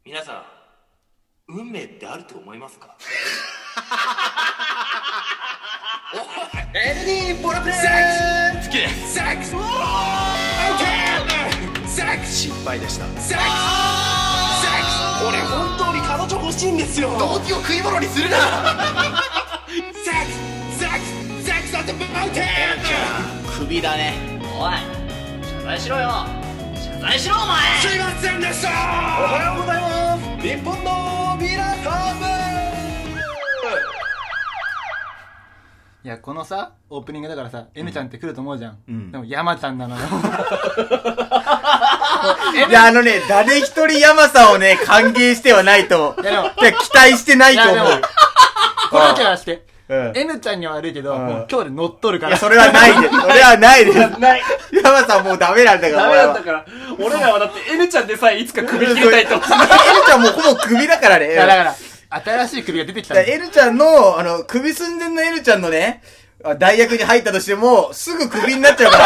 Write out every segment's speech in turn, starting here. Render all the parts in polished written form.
皆さん、運命ってあると思いますか？ LD ボラプレイセックス好きです。セックス OK セックス失敗でした。 セックスセックス俺本当に彼女欲しいんですよ。 動機を食い物にするな。 セックスセックスセックスアットマウンテン。 首だね。 おい、謝罪しろよ。謝罪しろお前。 すいませんでした。おはようございます。日本の皆さん。 いや、このさ、オープニングだからさ、N ちゃんって来ると思うじゃん。 うん。 でも、山ちゃんなのよ。 いや、誰一人山さんをね、歓迎してはないと。 いや、でも、 期待してないと思う。 いやでもこれだけはして。 うん。 N ちゃんには悪いけど、 うんもう今日で乗っとるかいや、 ら。 それはないです。それはないです。 ない。 山さんもうダメなんだから。 ダメなんだから。俺らはだって N ちゃんでさえいつか首切りたいと思って。 N ちゃんもうほぼ首だからね。 いや、だから、新しい首が出てきたの。 N ちゃんの、首寸前の N ちゃんのね、代役に入ったとしても、すぐ首になっちゃうから、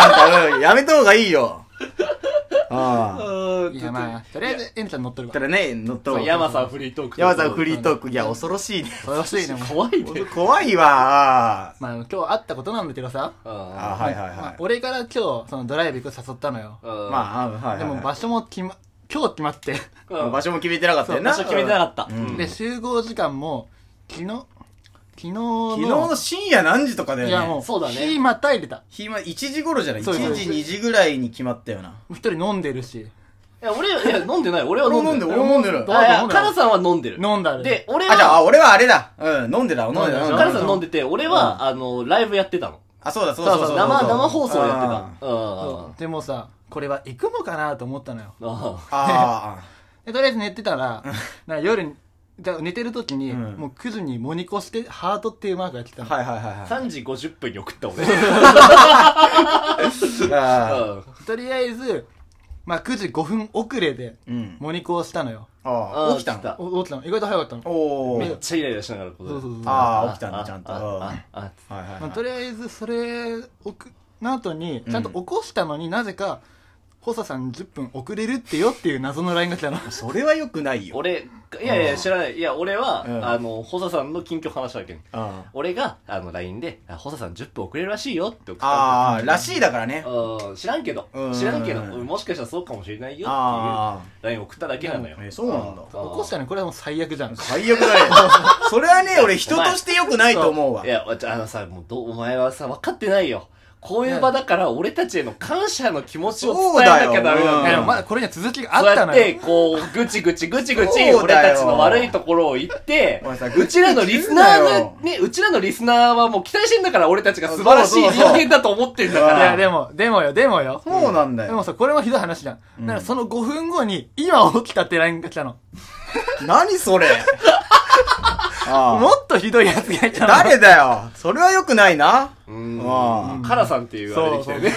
あんた、やめた方がいいよ。ああ。 いや、まあ、とりあえず N ちゃん乗っとるから。 たらね、乗っとそう山さんフリートーク。 山さんフリートーク。いや、恐ろしいね。 恐ろしいね、もう。 怖いね。 怖いわ。 まあ、今日あったことなんだけどさ。 あ、はいはいまあはい。 俺から今日、そのドライブ行く誘ったのよ。 まあ、はいはい。 でも場所も今日決まって。 場所も決めてなかったよな。 場所決めてなかった。 で、集合時間も、昨日昨日の深夜何時とかだよね。 いやもう、 そうだね日またいでた。 日は1時頃じゃない？ 1 そうそう時2時ぐらいに決まったよな。 一人飲んでるし。 いや、飲んでない。俺は飲んでる。 俺も飲んでる。 どうあ、いや、カナさんは飲んでる。 飲んだる。 で、俺あ、じゃあ、 は、 俺はあれだ。うん、飲んでた。 カナさん飲んでて、俺は、ライブやってたの。 あ、そうだ。 生放送やってた。 そうでもさ、これは行くのかなと思ったのよ。 あでとりあえず寝てたら、なんか夜に、じゃあ寝てる時に、 うんもう9時にモニコしてハートっていうマークが来たの。 はいはいはいはい。 3時50分に送った俺。 あとりあえず、まあ9時5分遅れでうん。 モニコをしたのよ。 ああ、起きたの？ 起きたの。意外と早かったの。 おー。 めっちゃイライラしながらこそうそうそう。 ああ、起きたんだ、ちゃんと。 あはいあはいまあ、 はい。 とりあえずそれの後にちゃんと起こしたのに、なぜか補佐さん10分遅れるってよっていう謎の LINE が来たの。 それは良くないよ。 俺、いや、知らない。いや、俺は、 うん補佐さんの近況話したわけ。 あ俺が、LINE で、補佐さん10分遅れるらしいよって送ったあー、らしいだからね。 知らんけど、もしかしたらそうかもしれないよっていうあ LINE 送っただけなのよ。 そうなんだ。 起こしたのにこれはもう最悪じゃん。 最悪だね。それはね、俺人として良くないと思うわい。や、さ、もうお前はさ、分かってないよ。こういう場だから俺たちへの感謝の気持ちを伝えなきゃダメなんいやでだよ。 もまだこれには続きがあそうったのよ。 やって、こう、ぐちぐちそう俺だよたちの悪いところを言ってお前さ、 うちらのリスナーが、ね、うちらのリスナーはもう期待してんだから俺たちが素晴らしい人間だと思ってんだかそうら。 いや、でもよ。 そうなんだよ。 でもさ、これもひどい話じゃん。だからその5分後に、今起きたって LINE が来たの。 何それ。あもっとひどいやつがいたの。 誰だよ。それは良くないな。 カラさんっていうあれできたよね。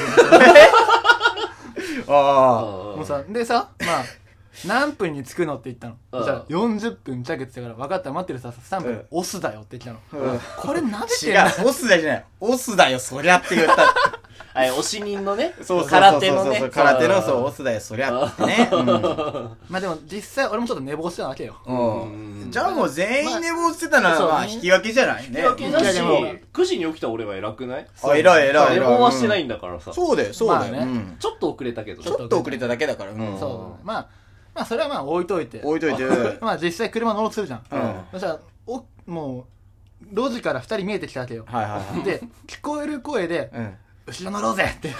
あもうさ、でさ、まあ、何分に着くのって言ったの。 うんじゃあ40分着って言ったから、分かった待ってるさ、3分、オスだよって言ったの。これ舐めあ。 てんな。 違う。オスだよじゃない。オスだよ、そりゃって言った。 推し人のね、 そう空手のね。 空手の、そう、オスだよ、そりゃってね。 まあでも実際俺もちょっと寝坊してたわけよ。 じゃあもう全員寝坊してたのは、まあ、引き分けじゃないね。 引き分けだし、 いやでも 9時に起きた俺は偉くない？ あ、偉い。 寝坊はしてないんだからさ。 そうだよ、そうだよ。 まあねうんちょっと遅れたけど。 ちょっと遅れただけだから。 そう。まあそれはまあ置いといて。 置いといて。 まあ実際車乗ろうとするじゃん。 うんそしたら、もう、路地から2人見えてきたわけよ。 はいはいはい。 で、聞こえる声で、 うん。 後ろ乗ろうぜって。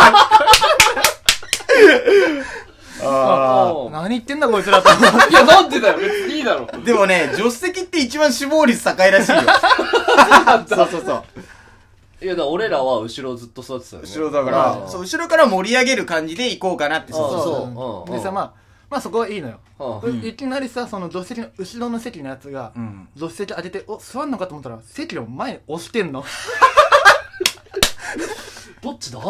あ何言ってんだこいつらと思って。 いや、なんでだよ。別にいいだろ。 あ。でもね、助手席って一番死亡率高いらしいよ。そうそうそう。 いや、だから俺らは後ろずっと座ってたよね。 後ろだから、そう、後ろから盛り上げる感じで行こうかなって。そうそうそうでさ、まあそこはいいのよ。 うんいきなりさ、その助手席の後ろの席のやつが、 ん助手席当てて、座んのかと思ったら、席を前に押してんの。 どっちだ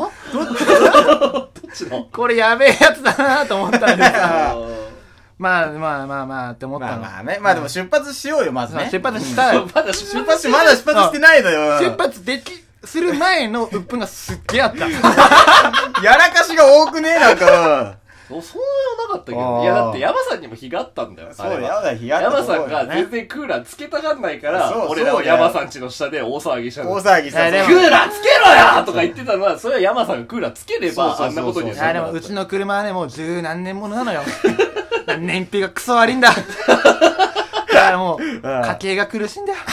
これやべえやつだなと思ったんですよ。まあって思ったの。 まあね。まあでも出発しようよ、まずね。 出発したよ。 まだ出発してないのよ。 出発する前の鬱憤がすっげえあった。 やらかしが多くねなんか。 そうなかったけど。いや、だって山さんにも日があったんだよ。 そう、山さん日があった山さと思うんよね。 が全然クーラーつけたがんないから、 そう俺らは山さん家の下で大騒ぎしたの。 大騒ぎした。 いやでもクーラーつけろよとか言ってたのは、それは山さんがクーラーつければ、あんなことにはやでもうちの車はねもう十何年ものなのよ燃費がクソ悪いんだだからもう家計が苦しいんだよ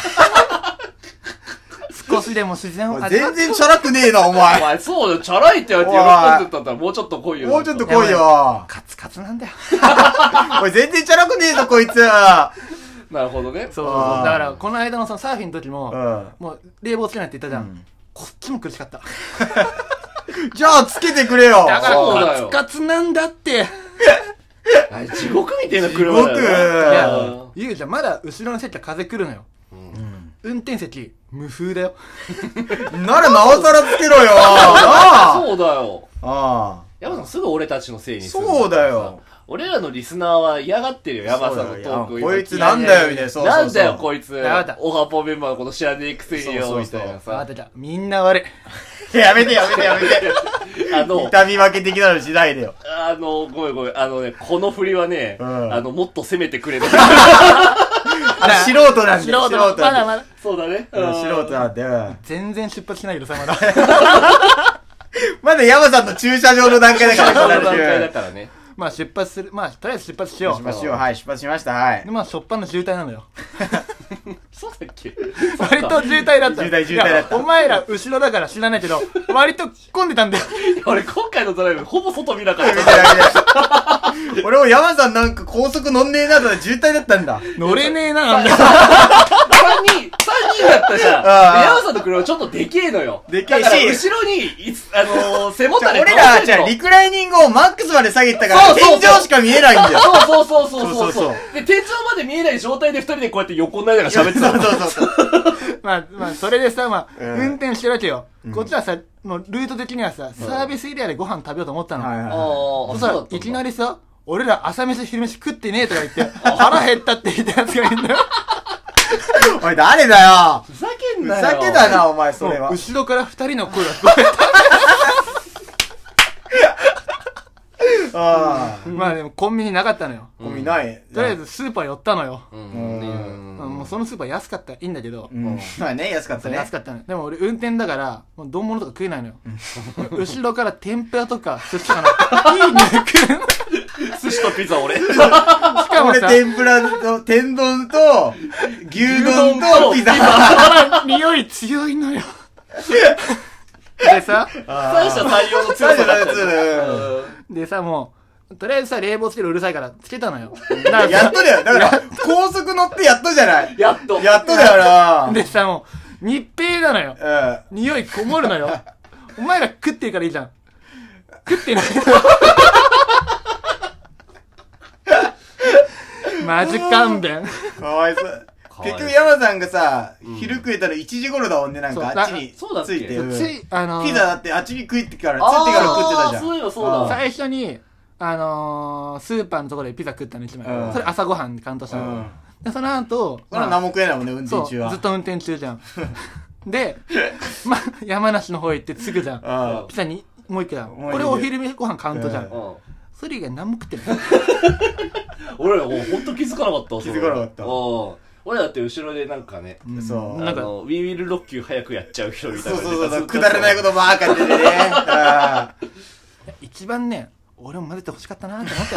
少しでも自然を味わって全然チャラくねえな、おお前。 前、そうだよ、チャラいって言われて喜んでたんだったら、もうちょっと来いよ。 もうちょっと来いよ。 カツカツなんだよおい、全然チャラくねえぞ、こいつ。 なるほどね。 そうあーだからこの間のそのサーフィンの時も、 うんもう冷房つけないって言ったじゃん、こっちも苦しかったじゃあ、つけてくれよ。 だからそうだよカツカツなんだってあれ地獄みたいな車だよ。 地獄いやうん言うじゃんまだ後ろの席は風来るのよ、運転席無風だよならなおさらつけろよ。なあ。 そうだよ。 あ山さんすぐ俺たちのせいにする。 そうだよ。 俺らのリスナーは嫌がってるよ、山さんのトークを今こいつなんだよ、みたいな。そうそうそう。 なんだよ、こいつ。 わかったオハポメンバーのこと知らねえくせによ、 そうそうそうみたいなあさ。 たじゃみんな悪いやめてやめてやめて。痛み分け的なのしないでよ。 ごめんごめん。この振りはね、 うんもっと攻めてくれる。 素人なんだよ。 素人まだまだそうだね。 うん素人なんだよ。 全然出発しないけどさまだまだ山さんの駐車場の段階だから、 その段この階だ話からね。 まあ出発するまあとりあえず出発しようしましょう。はい、出発しました。はいで。まあしょっぱな渋滞なのよそうだっけ割と渋滞だった渋滞だったいやお前ら後ろだから知らないけど割と混んでたんだよ俺今回のドライブほぼ外見なかった。 見てない見てない俺も山さんなんか高速乗んねえなとか渋滞だったんだ。 乗れねえななんだよ 3人だったじゃん。で、 ああ山さんの車ちょっとでけえのよ。 でけえしだから後ろに、背もたれ俺ら、じゃあリクライニングをマックスまで下げてたから、 そうそうそう天井しか見えないんだよ。 そうそうそうそうそうそうそうで、天井まで見えない状態で2人でこうやって横になりながら喋ってたの。 そうそうそう。 まあそれでさまあうん運転してるわけよこっちはさもうルート的にはさサービスエリアでご飯食べようと思ったのはいはいあそしたらいきなり。 りさ俺ら朝飯昼飯食ってねえとか言って腹減ったって言ったやつがいるんだよおい、誰だよ。 ふざけんふなよ。 ざけだな、お前、それは。 後ろから二人の声が聞こえあたまあでもコンビニなかったのよあ。ゴミない。 とりあえずスーパー寄ったのようん。 もうそのスーパー安かったらいいんだけどうん。まあね、安かったね。 安かったのでも俺運転だからもう丼物とか食えないのよ後ろから天ぷらとか寿司とかのいいね食うの寿司とピザ俺。 しかも俺、 さ天ぷらと、天丼と、牛丼とピザ。 匂い強いのよでさ三者採用の強さだったよね。 でさもうとりあえずさ冷房つけるうるさいからつけたのよだからやっとだよ。だから、高速乗ってやっとじゃない。 やっと。 やっとだよな。 でさもう密閉なのようん。 匂いこもるのよお前ら食ってるからいいじゃん食ってないマジ勘弁かわいそう。 わいそう結局山さんがさ、昼食えたの1時頃だもんね、なんそうかあっちにそうだっけついて。うんついピザだってあっちに食ってから、ついてから食ってたじゃん。 そういえばそうだ。 最初にスーパーのところでピザ食ったの一枚、 うんそれ朝ごはんにカウントしたの、 うんでその後、 それは何も食えないもんね、運そう転中は。 ずっと運転中じゃんで、まあ、山梨の方行って着くじゃんうんピザにもう一個だもう一個これお昼ご飯カウントじゃん、 うんうん。 それ以外何も食ってない俺らもうほんと気づかなかったわ。 気づかなかったうん。俺だって後ろでなんかね、 そう。 なんかウィーウィルロッキュー早くやっちゃう人みたいな。 そうそうそう、くだらないことばっかり出てね。 一番ね俺も混ぜてほしかったなって思ったよ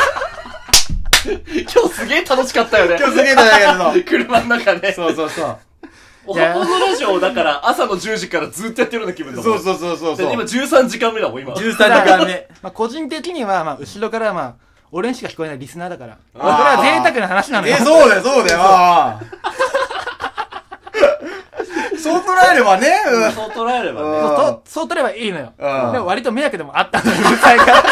今日すげえ楽しかったよね。 今日すげえだけど。 車の中で。 そうそうそう。 おはこのラジオをだから朝の10時からずっとやってるような気分だもん。 そうそうそうそう。 で今13時間目だもん、今。 13時間目。 まあ個人的には、まあ、後ろからまあ俺にしか聞こえないリスナーだからこれあーは贅沢な話なのよそうだよ、そうだよ。そう捉えればね。 そう捉えればね。 そう取ればいいのよ。でうんも割と迷惑でもあったのよ、うるさいから。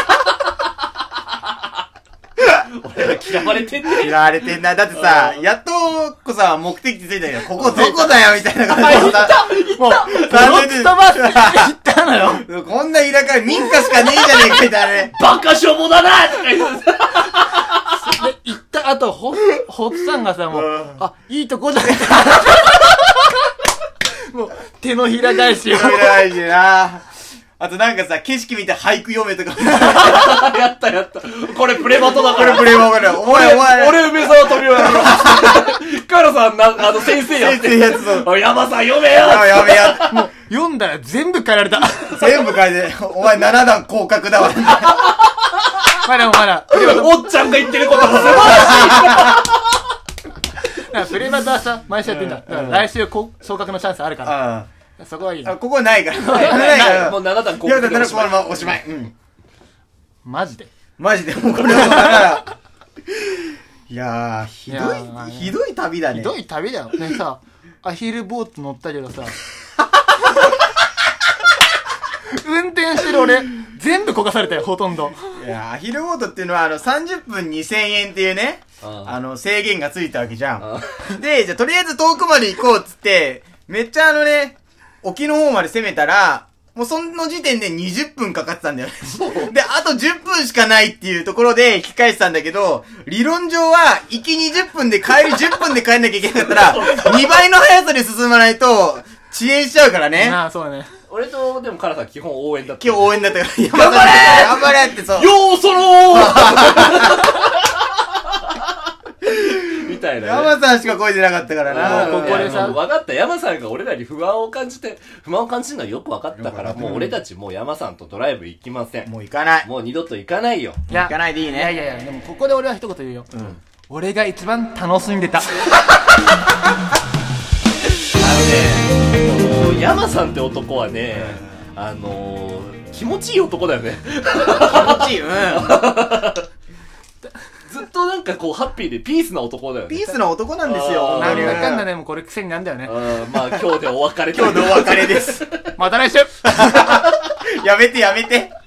俺ら嫌われてんね。 嫌われてんな。だってさ、やっとこさ、目的地着いたけど、ここどこだよみたいな感じでさ、 もう、 残念ボロッとばって言ったのよ。 こんな田舎民家しかねえじゃねえかみたいなね。 バカしょぼだなとか言ってさ。 で、行った後、ホッさんがさ、もう、あ、いいとこじゃねえか。もう、手のひら返しを。 いらないしな。 あとなんかさ、景色見て俳句読めとか。 やった。これプレバトだから。 プレバトだ。お前。 俺梅沢富美男やる。カラさん先生やって。 先生やつぞ。 おい、山さん読めよ。 やめや。 もう、読んだら全部変えられた。 全部書いて、お前7段降格だわ。 まだ。 おっちゃんが言ってることも素晴らしい。 プレバトはさ、毎週やってんだ。だから来週昇格のチャンスあるから。そこはいい。 ここないから。 もう7段いや、だったらこのままおしまい。 マジで。 マジで、もうこれはだから。いやー、ひどい旅だね。 ひどい旅だよ。ねさ、アヒルボート乗ったけどさ、運転してる俺、全部こかされたよ、ほとんど。 いや、アヒルボートっていうのは、30分2000円っていうね、制限がついたわけじゃん。で、じゃあとりあえず遠くまで行こうっつって、めっちゃ沖の方まで攻めたら、もうその時点で20分かかってたんだよね。で、あと10分しかないっていうところで引き返したんだけど、理論上は、行き20分で帰り10分で帰んなきゃいけなかったら、2倍の速さで進まないと、遅延しちゃうからね。 ああ、そうだね。 俺と、でもカラさん基本応援だった。 今日応援だったから、頑張れってそう。 よーそろーみたいな、ね。 山さんしか声出なかったからな。 ここでさ、 分かった。山さんが俺らに不満を感じるのはよく分かったから、もう俺たちもう山さんとドライブ行きません。 もう行かない。 もう二度と行かないよ。 行かないでいいね。 いや、でもここで俺は一言言うよ。俺が一番楽しんでた。 山さんって男はね、気持ちいい男だよね。 気持ちいい、 ずっとなんかこうハッピーでピースな男だよね。 ピースな男なんですよ。 なんだかんだでもこれ癖になんだよね。 まあ今日でお別れ。 今日でお別れです。 また来週やめて。